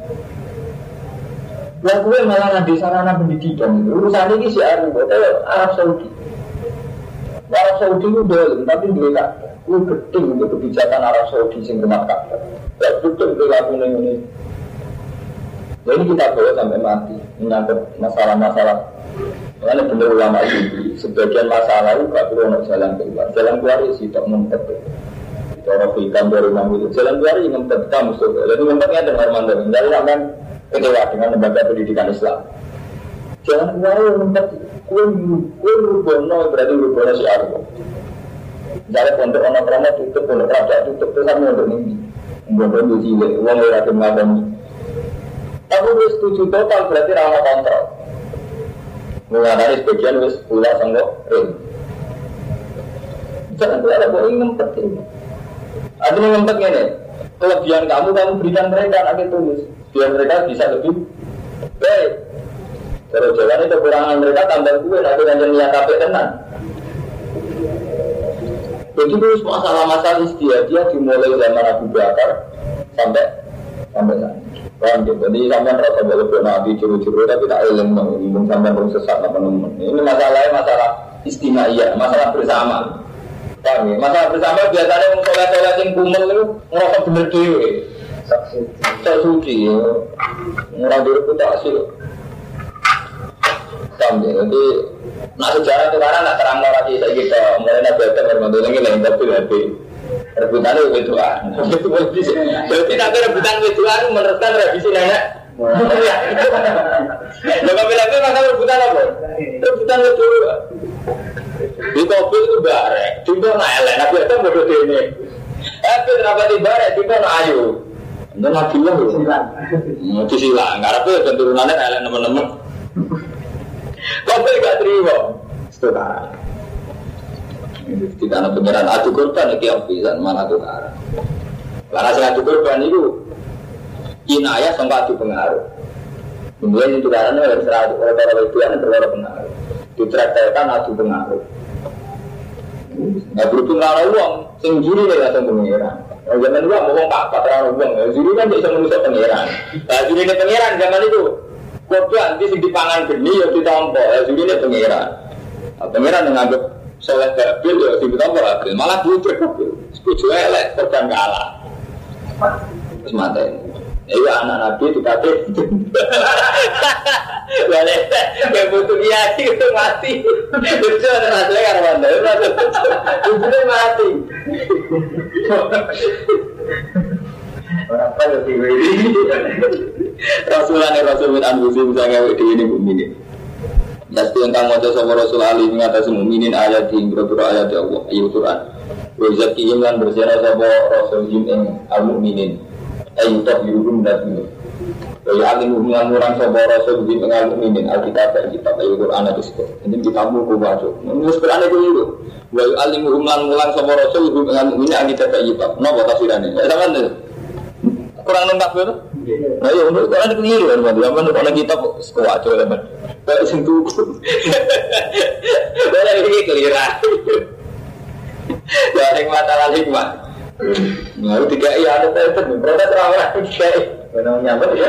Ya gue malah di sarana pendidikan. Urusan ini si arwah, Arab Saudi. Arab Saudi itu boleh, tapi dia tak. Gue penting untuk kebijakan Arab Saudi sing rumah kakak. Ya betul perilaku ini. Jadi kita bawa sampai mati menyangkut masalah-masalah. Karena benar ulama itu sebagian masalah itu gak perlu untuk jalan keluar. Jalan keluar itu tidak ngumpet. Cara berikan dari itu jalan keluar itu ngumpet kamu sudah. Jadi ngumpetnya dengan mandat. Jadi sampai kecewa dengan lembaga pendidikan Islam. Jalan keluar itu ngumpet. Kue rubono berarti rubono si arwah. Jadi untuk anak ramah tutup, untuk raja tutup itu sama untuk mimpi. Membuat itu cilik, uang lewat mengabani. Tapi wis setuju total berarti ramah kontrol. Mengenai sebagian wis pula sanggup ring. Jangan tuh ada boleh ngempet ini. Ada ngempet ini. Kelebihan kamu berikan mereka nanti tulis. Biar mereka bisa lebih baik. Kalau jalan itu kekurangan mereka tambah gue nanti dengan niat capek tenan. Jadi terus masalah-masalah dia dimulai zaman Abu Bakar sampai sana. Paham gitu. Jadi sampai rasa boleh nabi curu-curu tapi tak ilmu mungkin sampai belum sesat apa-apa. Ini masalahnya masalah istimewa, masalah bersama. Paham ya? Masalah bersama biasanya sholat-sholat yang kumel itu ngerasa bener dewe. Sak suci ya. Ngerasa reputasi. Paham ya? Jadi nak sejarah itu karena nak terang lagi saya kita mulai nabi itu bermantul lagi lain tapi lebih rebutan itu betulan. Jadi nak rebutan betulan meneruskan revisi nenek. Jangan bilang masa rebutan apa? Rebutan betulan. Di mobil itu barek, juga nak elek. Nabi itu bodoh ini. Tapi kenapa di barek? Juga nak ayu. Itu nabi lah. Mau disilang. Karena itu dan turunannya elek teman-teman. Mobil gak terima. Setara. Tidak ada penyeran adu korban itu yang bisa mana adu karang. Karena saya adu korban itu inayah sampai adu pengaruh. Kemudian itu karena harus adu orang-orang itu yang berwarna pengaruh. Ditraktirkan adu pengaruh. Nggak berhubung karena uang, sing juri dia langsung pengiran. Zaman dulu ngomong apa terlalu uang, juri kan bisa menulis pengiran. Nah juri ini pengiran zaman itu. Korban nanti sing dipangan geni ya ditompo, juri ini pengiran. Pengiran menganggap soleh gabil ya ditompo gabil, malah butuh gabil. Setuju elek korban kalah. Terus mati. Iya anak nabi dikasih. Boleh, yang butuh kiai itu mati. Lucu ada masalah karena mana? Lucunya mati. Apa lebih ini? Rasulullah Anbusi misalnya di ini mukminin. Jadi tentang wajah sama Rasul Ali mengatasi mukminin ayat di beberapa ayat Allah ayat Quran. Wajaki yang bersama sama Rasul yang al-mukminin. Ayat yurum dan ini.Aya alim hubungan orang sama Rasul yang al-mukminin Alkitab dan kitab ayat Quran itu sih. Jadi kita mau baca. Menurut Quran itu. Wa alim hubungan orang sama Rasul yang al-mukminin Alkitab dan kitab. Napa tafsirannya? Sama tu. Kurang lengkap betul? Nah, ya untuk Quran itu keliru kan, yang mana kalau kita sekuat coba kan, kalau sentuh, boleh ini keliran. Dari mata hikmah. Nah, tiga iya ada itu protes orang tiga. Benar nyampe ya.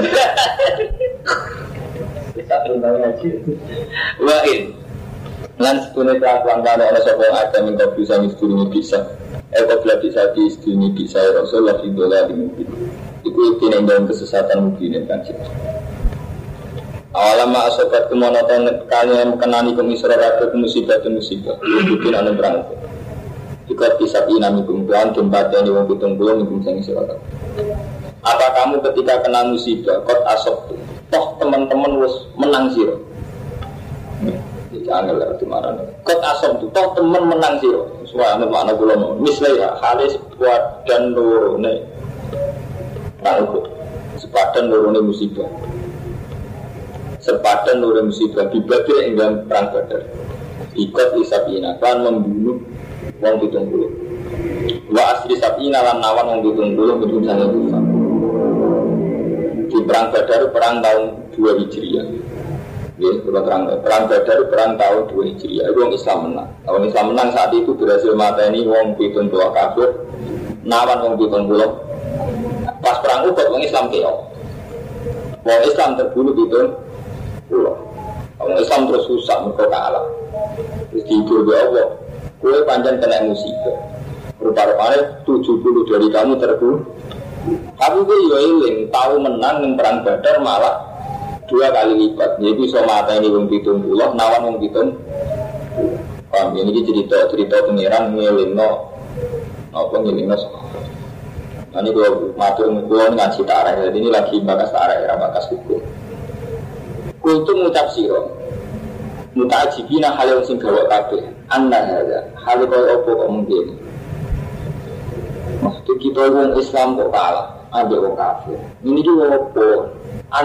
Satu ngaji. Wain. Lan setune kelakuan kalau ana sapa ada minggu bisa misturi bisa. Kau bisa di istri bisa Rasulullah idola di mungkin. Itu tindakan kesesatan mungkin kan cip. Awalama asobat kemonatan kalian kenani kemisraat musibah. Mungkin anu berangkat. Jika bisa inami kumpulan tempat yang diwang pitung belum mungkin sirakat. Apa kamu ketika kena musibah kot asok toh teman-teman wes menang siro. jangan lah di mana. Kot asom tu toh teman menang sih. Soalnya mana pulau mau. Misalnya halis buat dan lorone. Tahu sepadan lorone musibah. Sepadan lorone musibah di Badr enggan perang Badar. Ikut Isabina kan membunuh wong 70. Wa asri Sabina lan nawan wong 70 bedung sange kufa. Di perang Badar perang tahun 2 Hijriah. Ya, perang Badar perang tahun 2 Hijriah. Itu orang Islam menang. Orang Islam menang saat itu berhasil mateni wong 70 kafir, nawan wong 70. Pas perang Uhud wong Islam keok. Wong Islam terbunuh 70. Wong Islam terus susah mergo kalah. Terus dihibur oleh Allah. Kowe pancen kena musibah. Rupa-rupanya 70 dari kamu terbunuh. Tapi gue yoeling tahu menang yang perang Badar malah 2 kali lipat. Jadi so mata ini wong 70, nawan wong 70. Paham ini cerita pengiran ngelingno apa ngelingno. Nanti gue matur gue ngaji tarikh. Jadi ini lagi bakas tarikh era bakas hukum. Gue itu ngucap siro. Mutajibina hal yang sing gawa kabeh. Anna hada hal kaya apa kok mungkin. Maksud kita orang Islam kok kalah, ada orang kafir. Ini juga apa?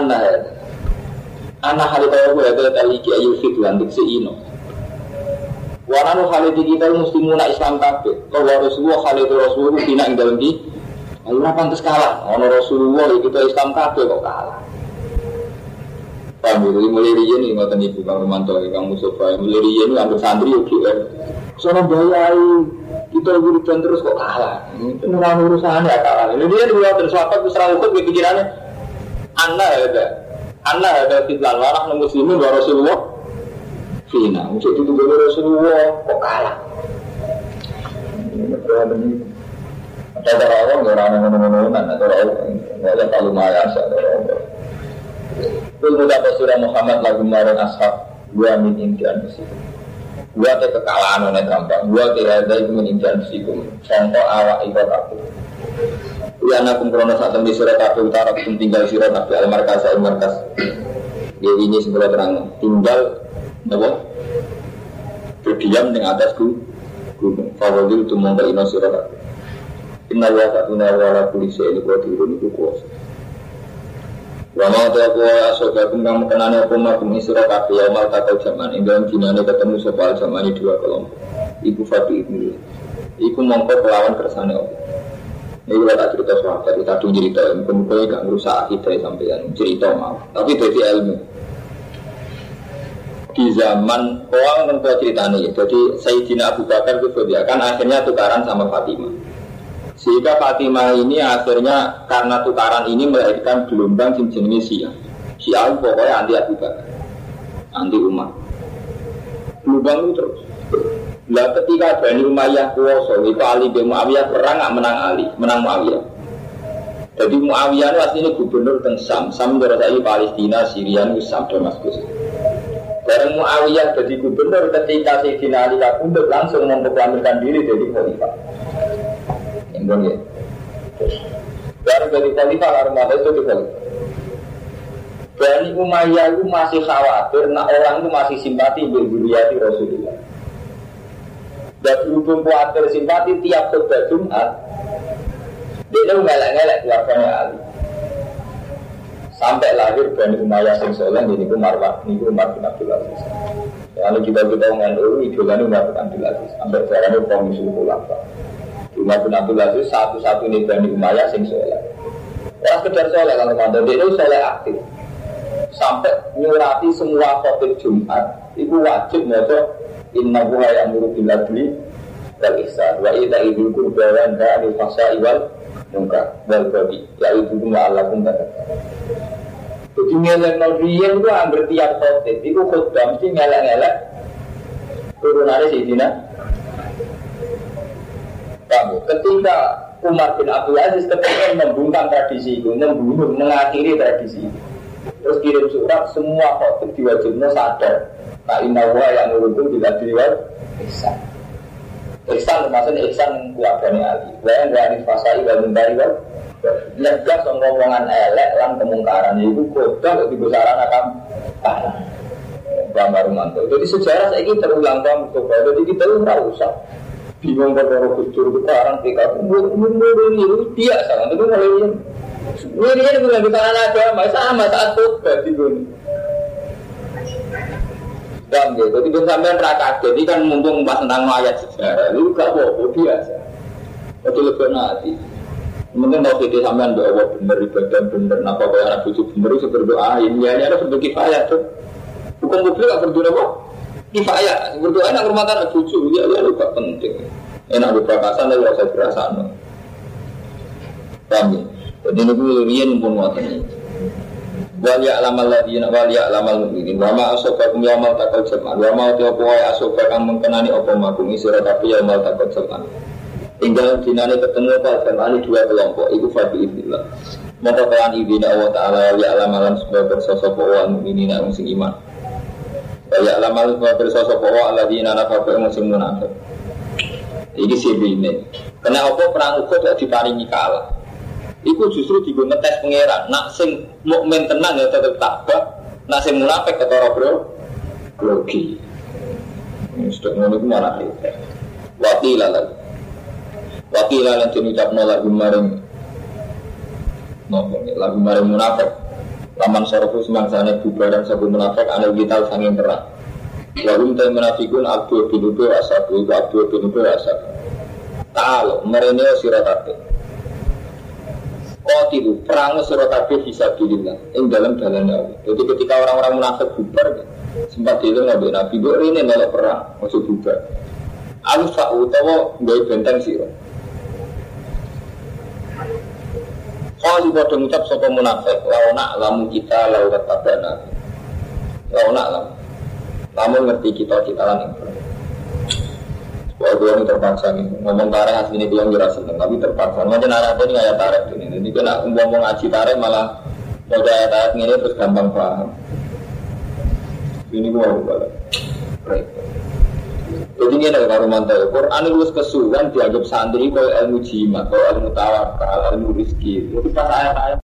Anak hari kau berada tali ki ayu fit lantik seino. Waranu hari kita muslimuna Islam kafir. Kalau Rasulullah hari Rasulullah bina dalam di, Allah pantas kalah. Orang Rasulullah kita Islam kafir kok kalah. Paham itu mulai dia ni ngotot ibu kang Romanto, kang Mustafa. Mulai dia ni ambil santri oke. Soalnya bayai. Kita wiridan terus kok kalah. Itu nurang urusannya kalah. Ini dia dua tersapat berserang ukut pikirannya. Anda ada fitlan warah muslimin wa Rasulullah. Fina, untuk itu juga Rasulullah kok kalah. Ada orang yang ngomong-ngomongan, ada orang yang tak lumayan ada. Ilmu dapat surah Muhammad lagu maring ashab dua min imtihan besi. Dua te kekalahan oleh gampang. Dua te ada min imtihan besikum. Contoh awak ibadah aku. Ya nakum krono saat tembi surat aku utara tinggal surat aku al-markas al-markas. Dia ini sebelah terang tinggal apa? Berdiam di atas gunung. Fawwadil tu mongga ino surat aku. Inna wa ta'una wa la kulisi ini kuatirun itu kuasa. Wama ta'u wa asogakum kamu kenane akumakum isra kafi yamal takau zaman dalam jinane ketemu sopal zaman ini dua kelompok. Iku fatu ibnu iku mongko kelawan kersane Allah. Ini kalau tak cerita sahabat, kita dulu cerita mungkin gak merusak akidah sampai cerita mau tapi dari ilmu di zaman orang tentu ceritanya ya. Jadi Sayyidina Abu Bakar itu dia kan akhirnya tukaran sama Fatimah. Sehingga Fatimah ini akhirnya karena tukaran ini melahirkan gelombang jenis Syiah. Syiah pokoknya anti Abu Bakar, anti Umar. Gelombang itu terus. Lah ketika Bani Umayyah kuwasa, itu Ali bin Muawiyah perang nggak menang Ali, menang Muawiyah. Jadi Muawiyah itu aslinya gubernur teng Sam berasal Palestina, Syria, Sam, Damaskus. Bareng Muawiyah jadi gubernur ketika Sayyidina Ali kabundut langsung memproklamirkan diri jadi khalifah. Ya. Baru dari khalifah Armada itu dikhalifah. Bani Umayyah itu masih khawatir, nah orang itu masih simpati berzuriati Rasulullah. Dan berhubung khawatir simpati tiap khutbah Jumat, dia ngelak-ngelak keluarganya Ali. Sampai lahir Bani Umayyah sing soleh, ini Umar bin Abdul Aziz. Kalau kita mengenal idolanya Umar bin Abdul Aziz, sampai sekarang itu kaum musuh ulama. Umar bin Abdul Aziz satu-satunya Bani Umayyah sing soleh. Orang sekedar soleh kalau mantan dia itu soleh aktif. Sampai nyurati semua khotib Jumat itu wajib moto inna huwa ya'muru bil adli wal ihsan wa ita'i dzil qurba wa yanha 'anil fahsya'i wal munkar wal baghi ya'idukum la'allakum tattaqun. Jadi ngelak riyen itu hampir tiap khotib itu khutbah mesti ngelak-ngelak turunannya Sayyidina. Ketika Umar bin Abdul Aziz ketika membungkam tradisi itu, mengakhiri tradisi itu, terus kirim surat semua khotib diwajibnya sadar. Nah inna huwa yang nurukum tidak diwal ihsan. Ihsan termasuk ihsan keluarganya Ali. Yang berani fasai wal munkari wal legas ngomongan elek lan kemungkaran itu kota untuk dibesaran akan parah. Bambang Rumanto. Jadi sejarah saya ini terulang kamu coba. Jadi kita nggak usah bingung perkara kultur kita orang PKB. Ini biasa. Nanti mulai ini bukan di tanah agama sama saat tobat di dunia. Dan gitu. Jadi sampai neraka. Jadi kan mumpung pas tentang ayat sejarah. Itu gak apa-apa biasa. Itu lebih nanti. Mungkin kalau kita sampai doa bener ibadah bener. Napa kaya anak bujuk bener itu berdoain. Ya ini ada sebagai kifayah tuh. Hukum publik gak berdoa apa? Kifayah. Berdoa nak rumah anak bujuk. Ya itu gak penting. Enak berbakasan tapi rasa berasaan. Paham ya? Jadi ini kuliah pun waktu waliya alamal ladina waliya alamal mu'minin wa ma asofakum yaumal taqal jam'an wa ma tiapa wae asofakam mengkenani apa makum isira tapi yaumal taqal jam'an tinggal dinane ketemu apa jam'an dua kelompok itu fadil billah maka kawan ibina Allah ta'ala waliya alamalan sebagai bersosok wa mu'minin yang sing iman waliya alamal sebagai bersosok wa ladina nafaqa yang sing munafik ini sibine kena apa perang Uhud diparingi kalah. Iku justru digo ngetes pangeran. Nak sing mukmin tenan ya tetep tabah, nak sing munafik ketara bro. Grogi. Mesti ngono ku marah iki. Wakilan lan diucapno lagu maring lagu maring munafik. Laman sorofu semangsane bubaran sabu munafik ana vital sanging perang. Lalu te munafikun abdu binubu asabu abdu binubu asab. Ta'al merene siratate. Qatilu perang suratabe fisabilillah ing dalam jalan Allah. Jadi ketika orang-orang munafik bubar sempat dhewe ngombe Nabi kok rene melok perang ojo bubar. Alfa utawa gawe benteng sira. Kalau padha ngucap sapa munafik, launa lamu kita laurat tabana. Launa lamun ngerti kita lan wah, gue ini terpaksa nih, ngomong tarik aslinya dia ngira seneng, tapi terpaksa. Macam narasi ini kayak tarik ini, jadi kena ngomong ngaji tarik malah mau kayak tarik ini terus gampang paham. Ini gue mau balik. Jadi ini ada karuman tahu. Quran itu kesuwan dianggap santri kalau ilmu jimat, kalau ilmu tawakal, ilmu rizki. Jadi pas ayat-ayat